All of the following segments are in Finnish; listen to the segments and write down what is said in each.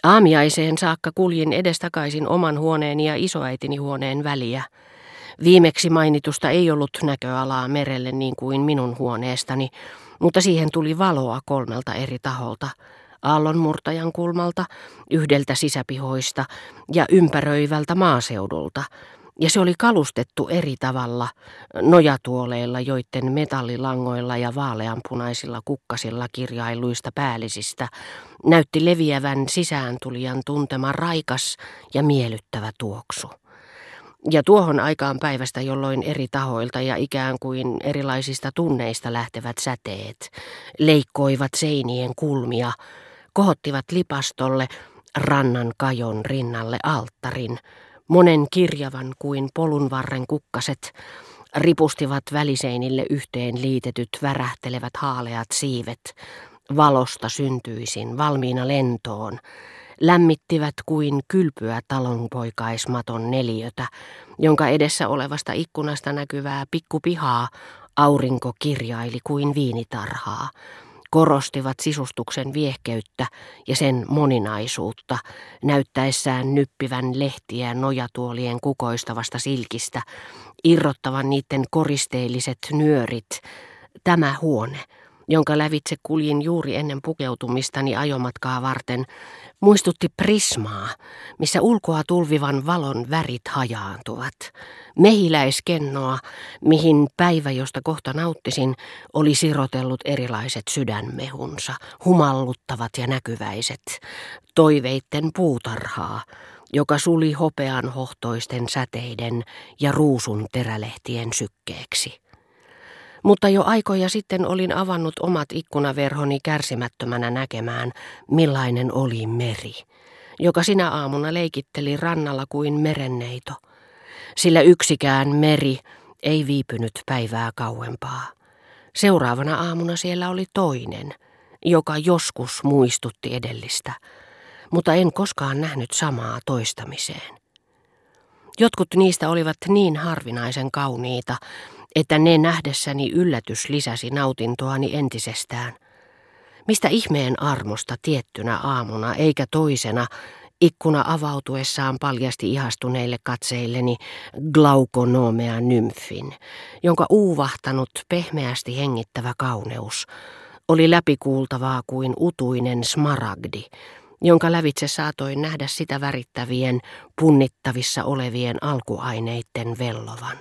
Aamiaiseen saakka kuljin edestakaisin oman huoneeni ja isoäitini huoneen väliä. Viimeksi mainitusta ei ollut näköalaa merelle niin kuin minun huoneestani, mutta siihen tuli valoa 3 eri taholta. Aallonmurtajan kulmalta, yhdeltä sisäpihoista ja ympäröivältä maaseudulta. Ja se oli kalustettu eri tavalla, nojatuoleilla, joiden metallilangoilla ja vaaleanpunaisilla kukkasilla kirjailuista päällisistä näytti leviävän sisääntulijan tuntema raikas ja miellyttävä tuoksu. Ja tuohon aikaan päivästä, jolloin eri tahoilta ja ikään kuin erilaisista tunneista lähtevät säteet leikkoivat seinien kulmia, kohottivat lipastolle rannan kajon rinnalle alttarin, monen kirjavan kuin polunvarren kukkaset ripustivat väliseinille yhteen liitetyt värähtelevät haaleat siivet, valosta syntyisin valmiina lentoon, lämmittivät kuin kylpyä talonpoikaismaton neliötä, jonka edessä olevasta ikkunasta näkyvää pikkupihaa aurinko kirjaili kuin viinitarhaa. Korostivat sisustuksen viehkeyttä ja sen moninaisuutta, näyttäessään nyppivän lehtiä nojatuolien kukoistavasta silkistä, irrottavan niiden koristeelliset nyörit. Tämä huone, jonka lävitse kuljin juuri ennen pukeutumistani ajomatkaa varten, muistutti prismaa, missä ulkoa tulvivan valon värit hajaantuvat. Mehiläiskennoa, mihin päivä, josta kohta nauttisin, oli sirotellut erilaiset sydänmehunsa, humalluttavat ja näkyväiset, toiveitten puutarhaa, joka suli hopean hohtoisten säteiden ja ruusun terälehtien sykkeeksi. Mutta jo aikoja sitten olin avannut omat ikkunaverhoni kärsimättömänä näkemään, millainen oli meri, joka sinä aamuna leikitteli rannalla kuin merenneito, sillä yksikään meri ei viipynyt päivää kauempaa. Seuraavana aamuna siellä oli toinen, joka joskus muistutti edellistä, mutta en koskaan nähnyt samaa toistamiseen. Jotkut niistä olivat niin harvinaisen kauniita, että ne nähdessäni yllätys lisäsi nautintoani entisestään. Mistä ihmeen armosta tiettynä aamuna eikä toisena ikkuna avautuessaan paljasti ihastuneille katseilleni glaukonomea nymfin, jonka uuvahtanut pehmeästi hengittävä kauneus oli läpikuultavaa kuin utuinen smaragdi, jonka lävitse saatoin nähdä sitä värittävien, punnittavissa olevien alkuaineiden vellovan.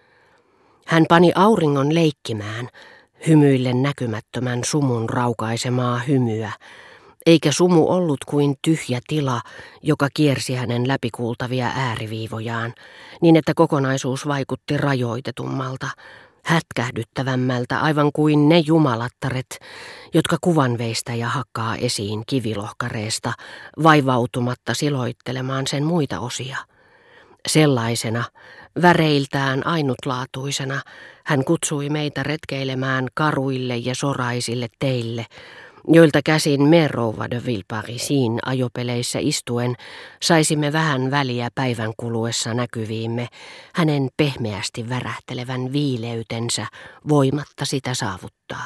Hän pani auringon leikkimään, hymyillen näkymättömän sumun raukaisemaa hymyä, eikä sumu ollut kuin tyhjä tila, joka kiersi hänen läpikuultavia ääriviivojaan, niin että kokonaisuus vaikutti rajoitetummalta, hätkähdyttävämmältä, aivan kuin ne jumalattaret, jotka kuvanveistäjä hakkaa esiin kivilohkareesta, vaivautumatta siloittelemaan sen muita osia. Sellaisena, väreiltään ainutlaatuisena, hän kutsui meitä retkeilemään karuille ja soraisille teille, joilta käsin me rouva de Villeparisin ajopeleissä istuen saisimme vähän väliä päivän kuluessa näkyviimme hänen pehmeästi värähtelevän viileytensä voimatta sitä saavuttaa.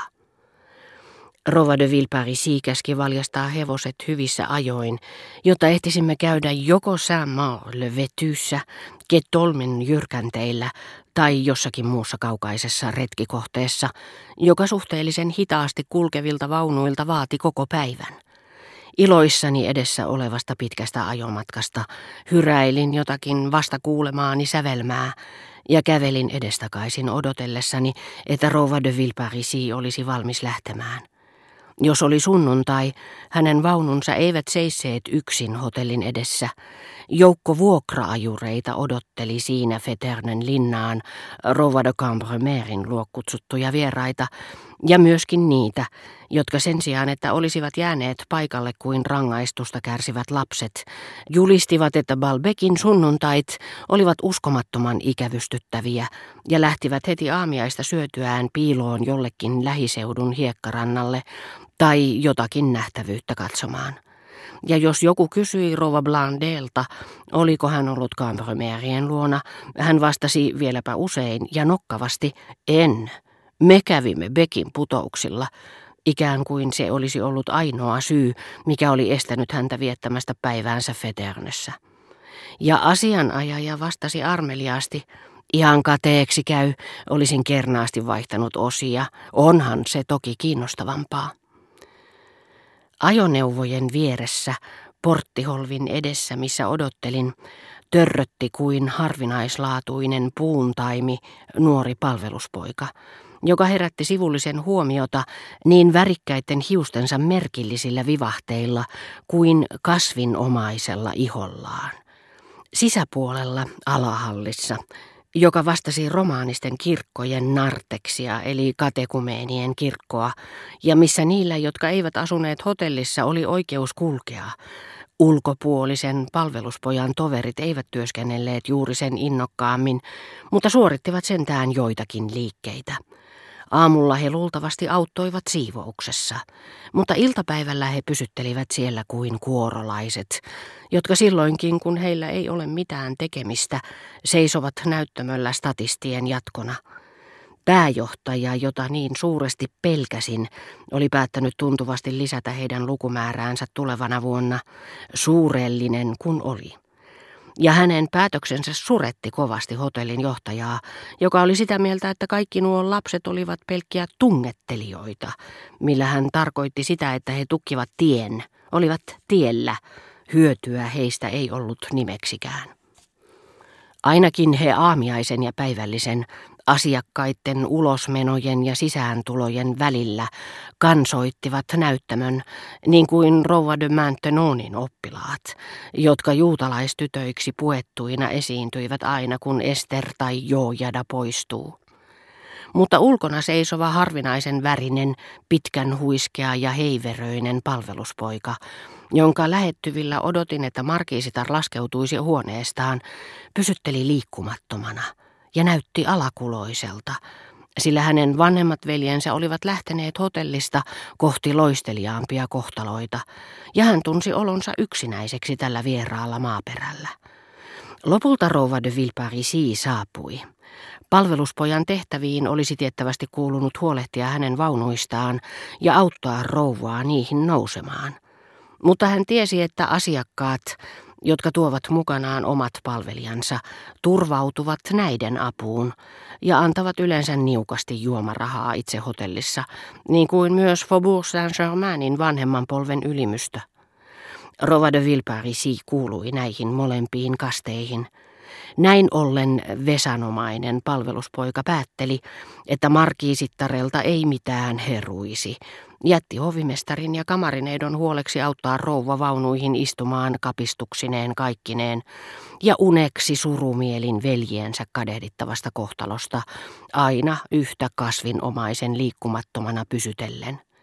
Rouva de Villeparisis käski valjastaa hevoset hyvissä ajoin, jotta ehtisimme käydä joko Saint-Maur-le-Vetyssä, Ketolmen jyrkänteillä tai jossakin muussa kaukaisessa retkikohteessa, joka suhteellisen hitaasti kulkevilta vaunuilta vaati koko päivän. Iloissani edessä olevasta pitkästä ajomatkasta hyräilin jotakin vasta kuulemaani sävelmää ja kävelin edestakaisin odotellessani, että rouva de Villeparisis olisi valmis lähtemään. Jos oli sunnuntai, hänen vaununsa eivät seisseet yksin hotellin edessä. Joukko vuokra-ajureita odotteli siinä Feternen linnaan rouva de Cambremerin luo kutsuttuja vieraita, ja myöskin niitä, jotka sen sijaan, että olisivat jääneet paikalle kuin rangaistusta kärsivät lapset, julistivat, että Balbekin sunnuntait olivat uskomattoman ikävystyttäviä ja lähtivät heti aamiaista syötyään piiloon jollekin lähiseudun hiekkarannalle tai jotakin nähtävyyttä katsomaan. Ja jos joku kysyi rouva Blandelta, oliko hän ollut Cambremerien luona, hän vastasi vieläpä usein ja nokkavasti, en. Me kävimme Bekin putouksilla. ikään kuin se olisi ollut ainoa syy, mikä oli estänyt häntä viettämästä päiväänsä Feternessä. Ja asianajaja vastasi armeliaasti, ihan kateeksi käy, olisin kernaasti vaihtanut osia, onhan se toki kiinnostavampaa. Ajoneuvojen vieressä, porttiholvin edessä, missä odottelin, törrötti kuin harvinaislaatuinen puuntaimi nuori palveluspoika, joka herätti sivullisen huomiota niin värikkäiden hiustensa merkillisillä vivahteilla kuin kasvinomaisella ihollaan. Sisäpuolella alahallissa, joka vastasi romaanisten kirkkojen narteksia eli katekumeenien kirkkoa, ja missä niillä, jotka eivät asuneet hotellissa, oli oikeus kulkea. Ulkopuolisen palveluspojan toverit eivät työskennelleet juuri sen innokkaammin, mutta suorittivat sentään joitakin liikkeitä. Aamulla he luultavasti auttoivat siivouksessa, mutta iltapäivällä he pysyttelivät siellä kuin kuorolaiset, jotka silloinkin, kun heillä ei ole mitään tekemistä, seisovat näyttämöllä statistien jatkona. Pääjohtaja, jota niin suuresti pelkäsin, oli päättänyt tuntuvasti lisätä heidän lukumääräänsä tulevana vuonna, suurellinen kun oli. Ja hänen päätöksensä suretti kovasti hotellin johtajaa, joka oli sitä mieltä, että kaikki nuo lapset olivat pelkkiä tungettelijoita, millä hän tarkoitti sitä, että he tukkivat tien, olivat tiellä, hyötyä heistä ei ollut nimeksikään. Ainakin he aamiaisen ja päivällisen, asiakkaiden ulosmenojen ja sisääntulojen välillä kansoittivat näyttämön, niin kuin rouva de Maintenonin oppilaat, jotka juutalaistytöiksi puettuina esiintyivät aina, kun Ester tai Joojada poistuu. Mutta ulkona seisova harvinaisen värinen, pitkän huiskea ja heiveröinen palveluspoika, jonka lähettyvillä odotin, että markiisitar laskeutuisi huoneestaan, pysytteli liikkumattomana ja näytti alakuloiselta, sillä hänen vanhemmat veljensä olivat lähteneet hotellista kohti loisteliaampia kohtaloita, ja hän tunsi olonsa yksinäiseksi tällä vieraalla maaperällä. Lopulta rouva de Villeparisis saapui. Palveluspojan tehtäviin olisi tiettävästi kuulunut huolehtia hänen vaunuistaan ja auttaa rouvaa niihin nousemaan. Mutta hän tiesi, että asiakkaat, jotka tuovat mukanaan omat palvelijansa, turvautuvat näiden apuun ja antavat yleensä niukasti juomarahaa itse hotellissa, niin kuin myös Faubourg Saint-Germainin vanhemman polven ylimystö. Rouva de Villeparisis kuului näihin molempiin kasteihin. Näin ollen vesanomainen palveluspoika päätteli, että markiisittarelta ei mitään heruisi. Jätti hovimestarin ja kamarineidon huoleksi auttaa rouva vaunuihin istumaan kapistuksineen kaikkineen ja uneksi surumielin veljiensä kadehdittavasta kohtalosta aina yhtä kasvinomaisen liikkumattomana pysytellen.